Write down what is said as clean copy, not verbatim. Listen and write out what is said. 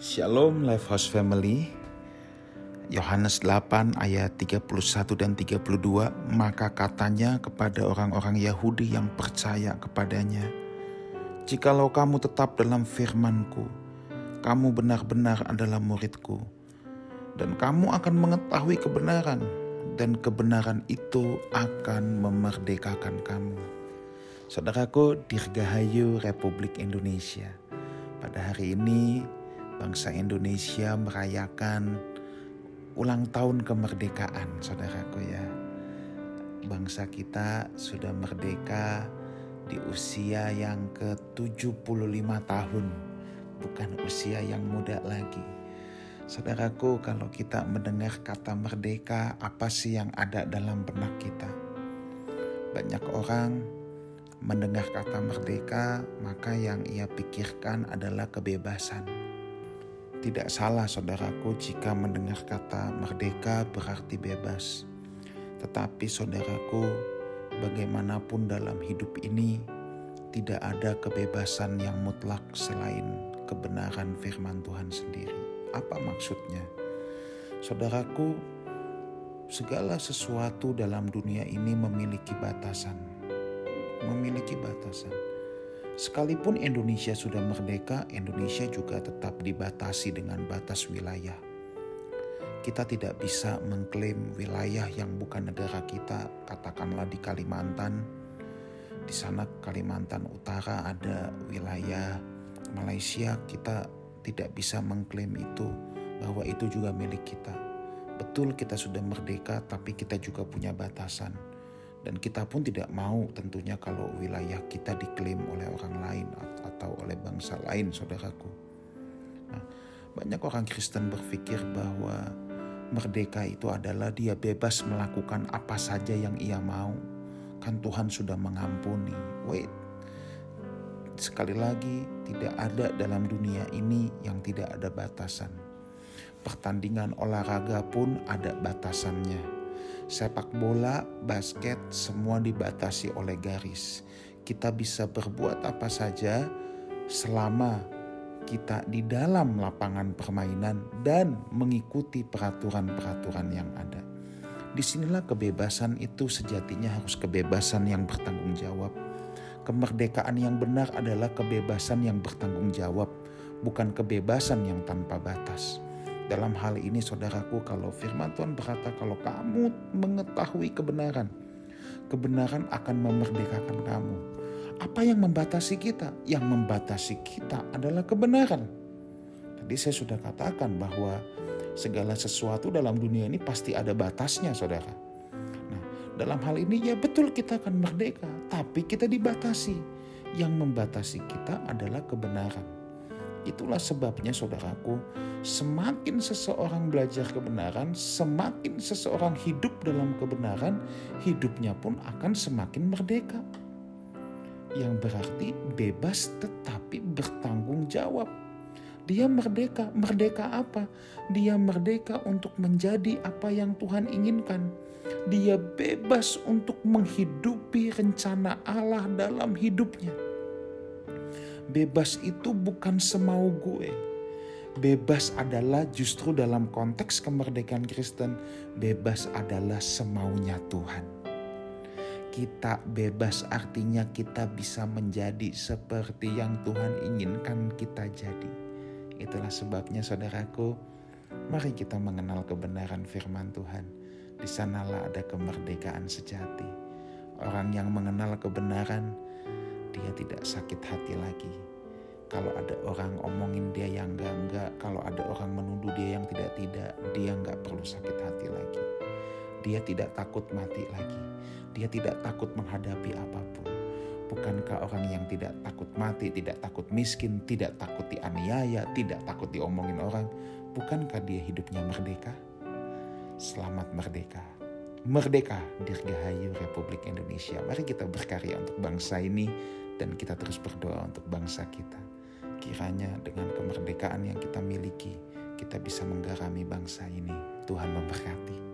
Shalom Lifehouse Family. Yohanes 8 ayat 31 dan 32, maka katanya kepada orang-orang Yahudi yang percaya kepadanya, jikalau kamu tetap dalam firman-Ku, kamu benar-benar adalah murid-Ku, dan kamu akan mengetahui kebenaran, dan kebenaran itu akan memerdekakan kamu. Saudaraku, Dirgahayu Republik Indonesia. Pada hari ini, bangsa Indonesia merayakan ulang tahun kemerdekaan, saudaraku ya. Bangsa kita sudah merdeka di usia yang ke-75 tahun, bukan usia yang muda lagi. Saudaraku, kalau kita mendengar kata merdeka, apa sih yang ada dalam benak kita? Banyak orang mendengar kata merdeka, maka yang ia pikirkan adalah kebebasan. Tidak salah saudaraku jika mendengar kata merdeka berarti bebas. Tetapi saudaraku, bagaimanapun dalam hidup ini tidak ada kebebasan yang mutlak selain kebenaran firman Tuhan sendiri. Apa maksudnya? Saudaraku, segala sesuatu dalam dunia ini memiliki batasan. Memiliki batasan. Sekalipun Indonesia sudah merdeka, Indonesia juga tetap dibatasi dengan batas wilayah. Kita tidak bisa mengklaim wilayah yang bukan negara kita, katakanlah di Kalimantan. Di sana Kalimantan Utara ada wilayah Malaysia, kita tidak bisa mengklaim itu, bahwa itu juga milik kita. Betul kita sudah merdeka, tapi kita juga punya batasan. Dan kita pun tidak mau tentunya kalau wilayah kita diklaim oleh orang lain atau oleh bangsa lain, saudaraku. Nah, banyak orang Kristen berpikir bahwa merdeka itu adalah dia bebas melakukan apa saja yang ia mau. Kan Tuhan sudah mengampuni. Wait, sekali lagi tidak ada dalam dunia ini yang tidak ada batasan. Pertandingan olahraga pun ada batasannya. Sepak bola, basket, semua dibatasi oleh garis. Kita bisa berbuat apa saja selama kita di dalam lapangan permainan dan mengikuti peraturan-peraturan yang ada. Disinilah kebebasan itu sejatinya harus kebebasan yang bertanggung jawab. Kemerdekaan yang benar adalah kebebasan yang bertanggung jawab, bukan kebebasan yang tanpa batas. Dalam hal ini saudaraku, kalau firman Tuhan berkata kalau kamu mengetahui kebenaran, kebenaran akan memerdekakan kamu. Apa yang membatasi kita? Yang membatasi kita adalah kebenaran. Tadi saya sudah katakan bahwa segala sesuatu dalam dunia ini pasti ada batasnya, saudara. Nah, dalam hal ini ya betul kita akan merdeka, tapi kita dibatasi. Yang membatasi kita adalah kebenaran. Itulah sebabnya saudaraku, semakin seseorang belajar kebenaran, semakin seseorang hidup dalam kebenaran, hidupnya pun akan semakin merdeka. Yang berarti bebas tetapi bertanggung jawab. Dia merdeka. Merdeka apa? Dia merdeka untuk menjadi apa yang Tuhan inginkan. Dia bebas untuk menghidupi rencana Allah dalam hidupnya. Bebas itu bukan semau gue. Bebas adalah justru dalam konteks kemerdekaan Kristen, bebas adalah semaunya Tuhan. Kita bebas artinya kita bisa menjadi seperti yang Tuhan inginkan kita jadi. Itulah sebabnya saudaraku, mari kita mengenal kebenaran firman Tuhan. Di sanalah ada kemerdekaan sejati. Orang yang mengenal kebenaran, dia tidak sakit hati lagi. Kalau ada orang omongin dia yang enggak, kalau ada orang menuduh dia yang tidak, dia enggak perlu sakit hati lagi. Dia tidak takut mati lagi. Dia tidak takut menghadapi apapun. Bukankah orang yang tidak takut mati, tidak takut miskin, tidak takut dianiaya, tidak takut diomongin orang, bukankah dia hidupnya merdeka? Selamat merdeka. Merdeka, Dirgahayu Republik Indonesia. Mari kita berkarya untuk bangsa ini dan kita terus berdoa untuk bangsa kita. Kiranya dengan kemerdekaan yang kita miliki, kita bisa menggarami bangsa ini. Tuhan memberkati.